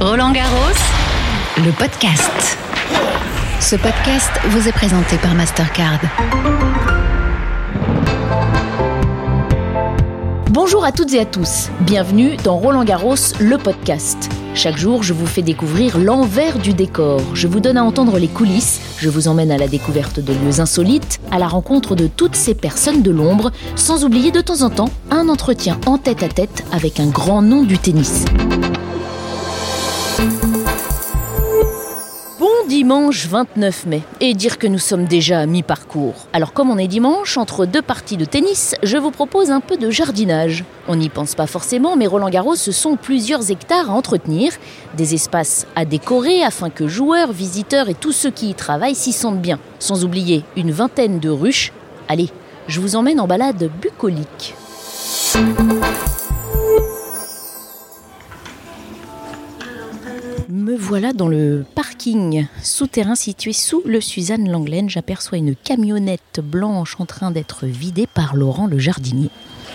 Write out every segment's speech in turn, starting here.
Roland-Garros, le podcast. Ce podcast vous est présenté par Mastercard. Bonjour à toutes et à tous, bienvenue dans Roland-Garros, le podcast. Chaque jour, je vous fais découvrir l'envers du décor. Je vous donne à entendre les coulisses, je vous emmène à la découverte de lieux insolites, à la rencontre de toutes ces personnes de l'ombre, sans oublier de temps en temps un entretien en tête-à-tête avec un grand nom du tennis. Dimanche 29 mai, et dire que nous sommes déjà à mi-parcours. Alors comme on est dimanche, entre deux parties de tennis, je vous propose un peu de jardinage. On n'y pense pas forcément, mais Roland-Garros, ce sont plusieurs hectares à entretenir, des espaces à décorer afin que joueurs, visiteurs et tous ceux qui y travaillent s'y sentent bien. Sans oublier une vingtaine de ruches. Allez, je vous emmène en balade bucolique. Me voilà dans le parking souterrain situé sous le Suzanne Lenglen. J'aperçois une camionnette blanche en train d'être vidée par Laurent le jardinier.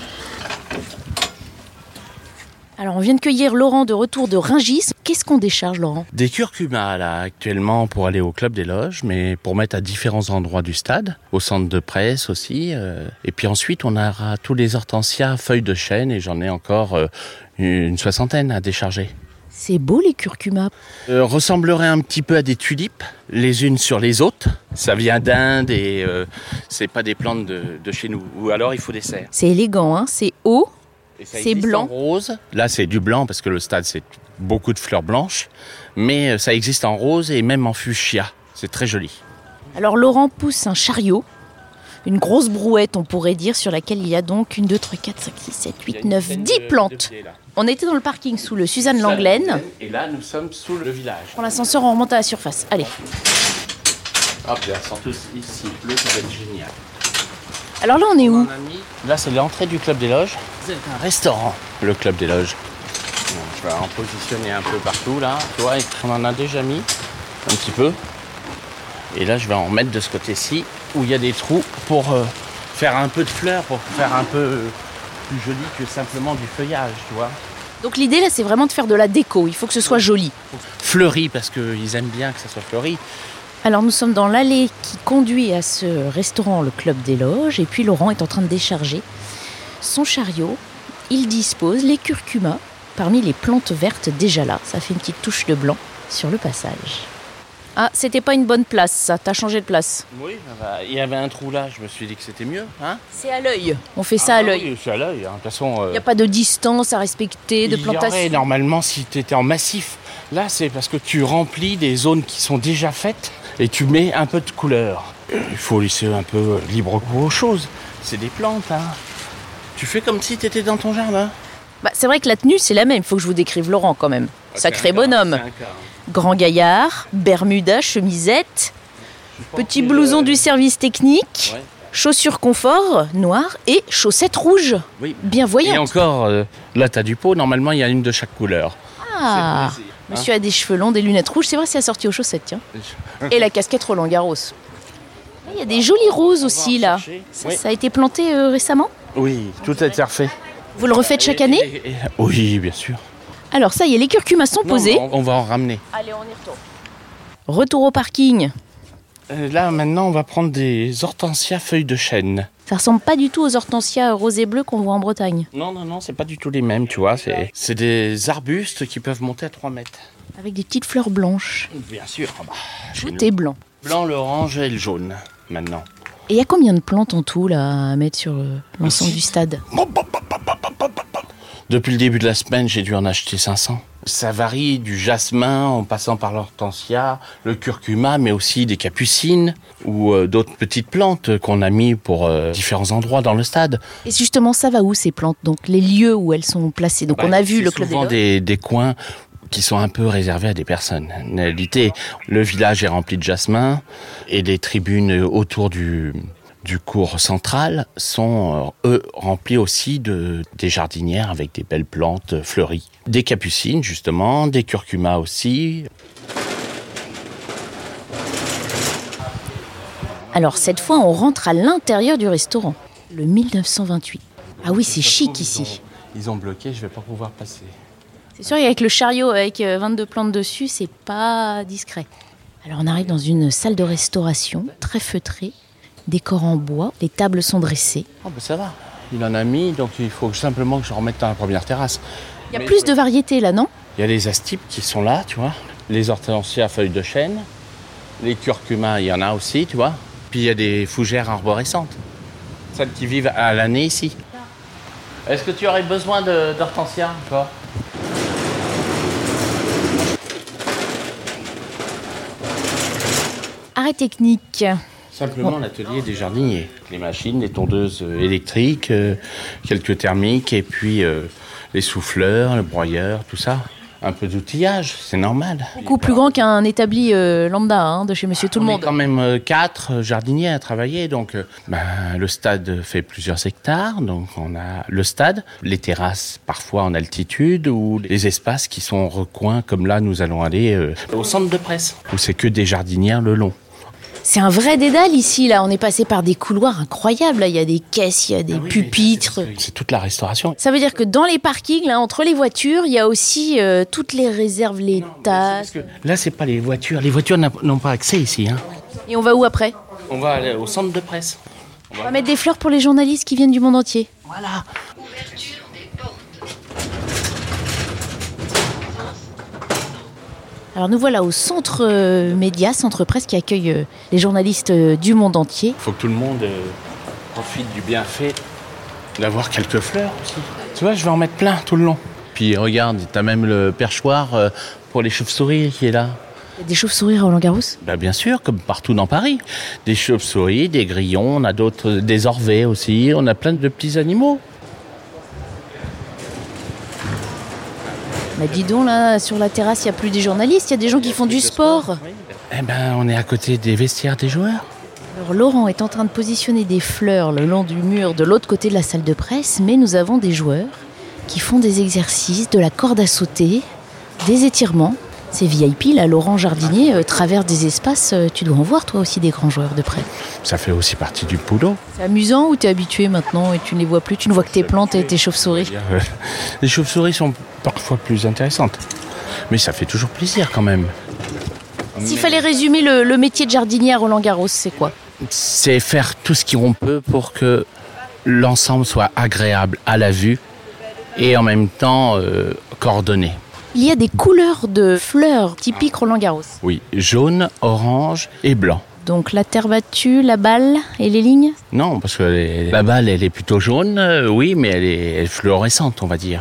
Alors on vient de cueillir Laurent de retour de Rungis. Qu'est-ce qu'on décharge, Laurent ? Des curcumas là actuellement pour aller au club des loges, mais pour mettre à différents endroits du stade, au centre de presse aussi. Et puis ensuite on aura tous les hortensias, feuilles de chêne, et j'en ai encore une soixantaine à décharger. C'est beau les curcumas. Ressemblerait un petit peu à des tulipes, les unes sur les autres. Ça vient d'Inde et c'est pas des plantes de chez nous. Ou alors il faut des serres. C'est élégant, hein, c'est haut, c'est blanc. En rose. Là c'est du blanc parce que le stade c'est beaucoup de fleurs blanches. Mais ça existe en rose et même en fuchsia. C'est très joli. Alors Laurent pousse un chariot. Une grosse brouette, on pourrait dire, sur laquelle il y a donc 1, 2, 3, 4, 5, 6, 7, 8, 9, 10 plantes. On était dans le parking sous le Suzanne Lenglen. Et là, nous sommes sous le village. Pour l'ascenseur, on remonte à la surface. Allez. Hop, là, sont tous ici. Le, ça va être génial. Alors là, on est où ? Là, c'est l'entrée du Club des Loges. C'est un restaurant, le Club des Loges. Bon, je vais en positionner un peu partout, là. Tu vois, on en a déjà mis un petit peu. Et là, je vais en mettre de ce côté-ci, où il y a des trous pour faire un peu de fleurs, pour faire un peu plus joli que simplement du feuillage, tu vois. Donc l'idée, là, c'est vraiment de faire de la déco. Il faut que ce soit joli. Fleuri, parce qu'ils aiment bien que ça soit fleuri. Alors, nous sommes dans l'allée qui conduit à ce restaurant, le Club des Loges. Et puis, Laurent est en train de décharger son chariot. Il dispose les curcumas parmi les plantes vertes déjà là. Ça fait une petite touche de blanc sur le passage. Ah, c'était pas une bonne place, ça. T'as changé de place. Oui, il y avait un trou là. Je me suis dit que c'était mieux, hein. C'est à l'œil. On fait ça à l'œil. Oui, c'est à l'œil. De toute façon, il n'y a pas de distance à respecter, de plantation. Il y aurait normalement si tu étais en massif. Là, c'est parce que tu remplis des zones qui sont déjà faites et tu mets un peu de couleur. Il faut laisser un peu libre cours aux choses. C'est des plantes, hein. Tu fais comme si tu étais dans ton jardin. Bah, c'est vrai que la tenue, c'est la même. Il faut que je vous décrive Laurent quand même. Sacré bonhomme. Grand gaillard, bermuda, chemisette, petit blouson du service technique, ouais. Chaussures confort, noires et chaussettes rouges. Oui. Bien voyantes. Et encore, là, tu as du pot. Normalement, il y a une de chaque couleur. Ah, plaisir, hein. Monsieur a des cheveux longs, des lunettes rouges. C'est vrai, c'est assorti aux chaussettes, tiens. Et la casquette Roland-Garros. Il y a des jolis roses aussi, là. Ça a été planté récemment ? Oui, tout a été refait. Vous le refaites chaque année ? Oui, bien sûr. Alors ça y est, les curcumas sont posés. On va en ramener. Allez, on y retourne. Retour au parking. Là, maintenant, on va prendre des hortensias feuilles de chêne. Ça ressemble pas du tout aux hortensias roses et bleues qu'on voit en Bretagne. Non, c'est pas du tout les mêmes, tu vois. C'est des arbustes qui peuvent monter à 3 mètres. Avec des petites fleurs blanches. Bien sûr. Tout est blanc. Blanc, l'orange et le jaune, maintenant. Et il y a combien de plantes en tout, là, à mettre sur l'ensemble du stade ? Depuis le début de la semaine, j'ai dû en acheter 500. Ça varie du jasmin en passant par l'hortensia, le curcuma, mais aussi des capucines ou d'autres petites plantes qu'on a mis pour différents endroits dans le stade. Et justement, ça va où ces plantes ? Donc les lieux où elles sont placées. Donc on a vu le Club des Loges. C'est souvent des coins qui sont un peu réservés à des personnes. En réalité, le village est rempli de jasmin et les tribunes autour du cours central sont, eux, remplis aussi des jardinières avec des belles plantes fleuries. Des capucines, justement, des curcumas aussi. Alors, cette fois, on rentre à l'intérieur du restaurant. Le 1928. Ah oui, c'est chic ici. Ils ont bloqué, je ne vais pas pouvoir passer. C'est sûr qu'avec le chariot avec 22 plantes dessus, c'est pas discret. Alors on arrive dans une salle de restauration, très feutrée, décor en bois, les tables sont dressées. Oh ben ça va, il en a mis, donc il faut simplement que je remette dans la première terrasse. Il y a plus de variétés là, non? Il y a les astypes qui sont là, tu vois. Les hortensias à feuilles de chêne. Les curcumas, il y en a aussi, tu vois. Puis il y a des fougères arborescentes. Celles qui vivent à l'année ici. Est-ce que tu aurais besoin d'hortensias encore? Arrêt technique. Simplement l'atelier des jardiniers. Les machines, les tondeuses électriques, quelques thermiques et puis les souffleurs, le broyeur, tout ça. Un peu d'outillage, c'est normal. Beaucoup plus grand qu'un établi lambda de chez Monsieur Tout-le-Monde. On est quand même 4 jardiniers à travailler, donc le stade fait plusieurs hectares, donc on a le stade, les terrasses parfois en altitude ou les espaces qui sont recoins, comme là nous allons aller au centre de presse, où c'est que des jardinières le long. C'est un vrai dédale ici, là. On est passé par des couloirs incroyables. Là. Il y a des caisses, il y a des pupitres. C'est toute la restauration. Ça veut dire que dans les parkings, là, entre les voitures, il y a aussi toutes les réserves, les tasses. Là, c'est pas les voitures. Les voitures n'ont pas accès ici. Hein. Et on va où après? On va aller au centre de presse. On va mettre des fleurs pour les journalistes qui viennent du monde entier. Voilà. Alors nous voilà au centre média, centre presse qui accueille les journalistes du monde entier. Il faut que tout le monde profite du bienfait d'avoir quelques fleurs aussi. Tu vois, je vais en mettre plein tout le long. Puis regarde, t'as même le perchoir pour les chauves-souris qui est là. Il y a des chauves-souris à Roland-Garros? Bien sûr, comme partout dans Paris. Des chauves-souris, des grillons, on a d'autres, des orvets aussi, on a plein de petits animaux. Bah dis donc, là, sur la terrasse, il n'y a plus des journalistes, il y a des gens qui font du sport. On est à côté des vestiaires des joueurs. Alors Laurent est en train de positionner des fleurs le long du mur de l'autre côté de la salle de presse, mais nous avons des joueurs qui font des exercices, de la corde à sauter, des étirements. C'est VIP, là, Laurent Jardinier traverse des espaces. Tu dois en voir, toi aussi, des grands joueurs de près. Ça fait aussi partie du boulot. C'est amusant ou t'es habitué maintenant et tu ne les vois plus? Tu ne vois que tes plantes et tes chauves-souris? Les chauves-souris sont parfois plus intéressantes. Mais ça fait toujours plaisir quand même. S'il fallait résumer le métier de jardinier à Roland-Garros, c'est quoi? C'est faire tout ce qu'on peut pour que l'ensemble soit agréable à la vue et en même temps coordonné. Il y a des couleurs de fleurs typiques Roland-Garros. Oui, jaune, orange et blanc. Donc la terre battue, la balle et les lignes? Non, parce que la balle, elle est plutôt jaune, oui, mais elle est fluorescente, on va dire.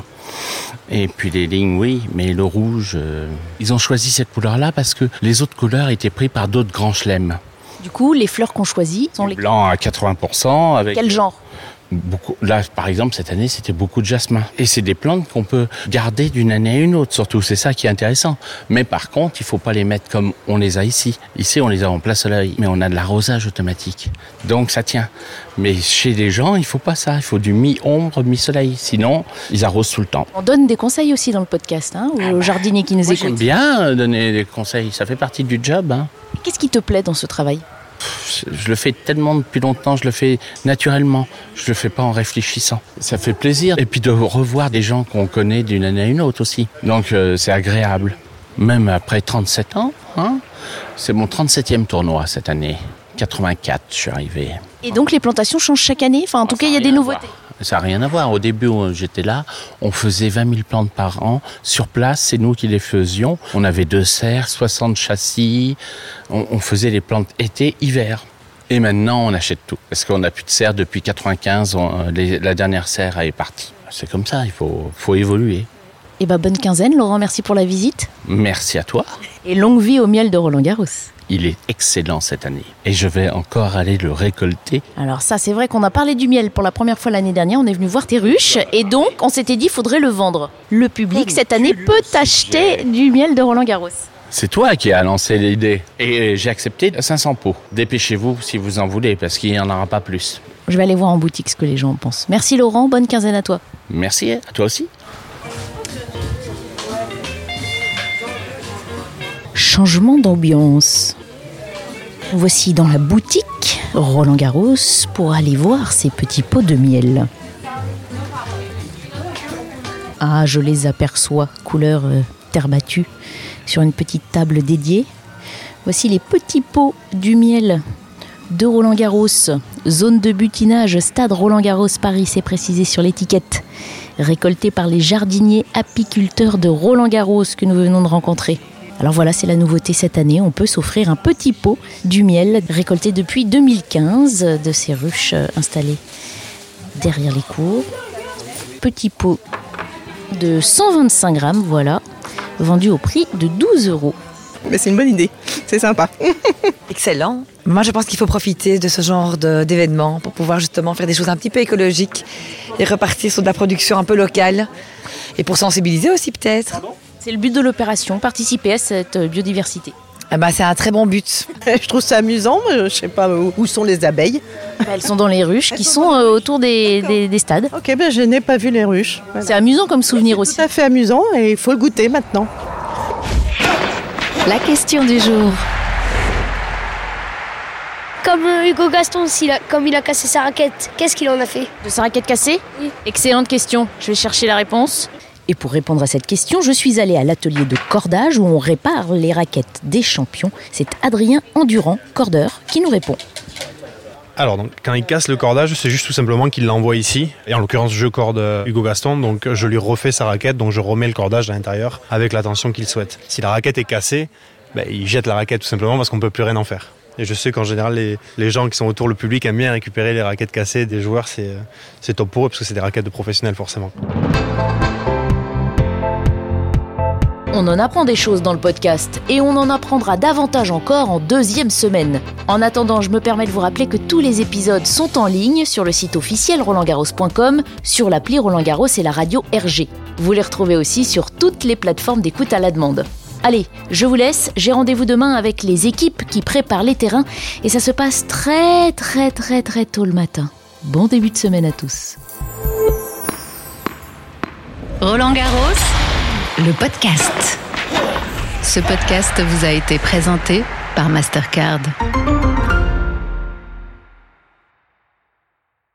Et puis les lignes, oui, mais le rouge, ils ont choisi cette couleur-là parce que les autres couleurs étaient prises par d'autres grands chelems. Du coup, les fleurs qu'on choisit sont les... Blanc à 80%. Avec... Quel genre? Beaucoup. Là, par exemple, cette année, c'était beaucoup de jasmin. Et c'est des plantes qu'on peut garder d'une année à une autre, surtout. C'est ça qui est intéressant. Mais par contre, il ne faut pas les mettre comme on les a ici. Ici, on les a en plein soleil, mais on a de l'arrosage automatique. Donc, ça tient. Mais chez les gens, il ne faut pas ça. Il faut du mi-ombre, mi-soleil. Sinon, ils arrosent tout le temps. On donne des conseils aussi dans le podcast, aux jardiniers qui nous écoutent. J'aime bien donner des conseils. Ça fait partie du job. Qu'est-ce qui te plaît dans ce travail ? Je le fais tellement depuis longtemps, je le fais naturellement, je le fais pas en réfléchissant. Ça fait plaisir. Et puis de revoir des gens qu'on connaît d'une année à une autre aussi. Donc c'est agréable. Même après 37 ans, c'est mon 37e tournoi cette année. 84, je suis arrivé. Et donc les plantations changent chaque année ? Enfin, en tout cas, il y a des nouveautés. Ça n'a rien à voir. Au début, où j'étais là, on faisait 20 000 plantes par an. Sur place, c'est nous qui les faisions. On avait 2 serres, 60 châssis. On faisait les plantes été, hiver. Et maintenant, on achète tout. Parce qu'on n'a plus de serre depuis 95. La dernière serre est partie. C'est comme ça, il faut évoluer. Eh ben, bonne quinzaine, Laurent. Merci pour la visite. Merci à toi. Et longue vie au miel de Roland-Garros. Il est excellent cette année. Et je vais encore aller le récolter. Alors ça, c'est vrai qu'on a parlé du miel pour la première fois l'année dernière. On est venu voir tes ruches. Et donc, on s'était dit qu'il faudrait le vendre. Le public, cette année, peut acheter du miel de Roland-Garros. C'est toi qui as lancé l'idée. Et j'ai accepté 500 pots. Dépêchez-vous si vous en voulez, parce qu'il n'y en aura pas plus. Je vais aller voir en boutique ce que les gens en pensent. Merci Laurent, bonne quinzaine à toi. Merci, à toi aussi. Changement d'ambiance. Voici dans la boutique Roland-Garros pour aller voir ces petits pots de miel. Ah, je les aperçois, couleur terre battue, sur une petite table dédiée. Voici les petits pots du miel de Roland-Garros. Zone de butinage, stade Roland-Garros Paris, c'est précisé sur l'étiquette. Récolté par les jardiniers apiculteurs de Roland-Garros que nous venons de rencontrer. Alors voilà, c'est la nouveauté cette année. On peut s'offrir un petit pot du miel récolté depuis 2015 de ces ruches installées derrière les cours. Petit pot de 125 grammes, voilà, vendu au prix de 12 €. Mais c'est une bonne idée, c'est sympa. Excellent. Moi, je pense qu'il faut profiter de ce genre d'événements pour pouvoir justement faire des choses un petit peu écologiques et repartir sur de la production un peu locale. Et pour sensibiliser aussi peut-être. C'est le but de l'opération, participer à cette biodiversité. C'est un très bon but. Je trouve ça amusant, je ne sais pas où sont les abeilles. Elles sont dans les ruches qui sont autour des stades. Ok, je n'ai pas vu les ruches. C'est amusant comme souvenir aussi. Tout à fait amusant et il faut le goûter maintenant. La question du jour. Comme Hugo Gaston, comme il a cassé sa raquette, qu'est-ce qu'il en a fait? De sa raquette cassée? Oui. Excellente question, je vais chercher la réponse. Et pour répondre à cette question, je suis allée à l'atelier de cordage où on répare les raquettes des champions. C'est Adrien Endurant, cordeur, qui nous répond. Alors, donc, quand il casse le cordage, c'est juste tout simplement qu'il l'envoie ici. Et en l'occurrence, je corde Hugo Gaston, donc je lui refais sa raquette, donc je remets le cordage à l'intérieur avec la tension qu'il souhaite. Si la raquette est cassée, il jette la raquette tout simplement parce qu'on ne peut plus rien en faire. Et je sais qu'en général, les gens qui sont autour, le public, aiment bien récupérer les raquettes cassées des joueurs. C'est top pour eux parce que c'est des raquettes de professionnels forcément. On en apprend des choses dans le podcast et on en apprendra davantage encore en 2e semaine. En attendant, je me permets de vous rappeler que tous les épisodes sont en ligne sur le site officiel rolandgarros.com, sur l'appli Roland Garros et la radio RG. Vous les retrouvez aussi sur toutes les plateformes d'écoute à la demande. Allez, je vous laisse, j'ai rendez-vous demain avec les équipes qui préparent les terrains et ça se passe très tôt le matin. Bon début de semaine à tous. Roland Garros, le podcast. Ce podcast vous a été présenté par Mastercard.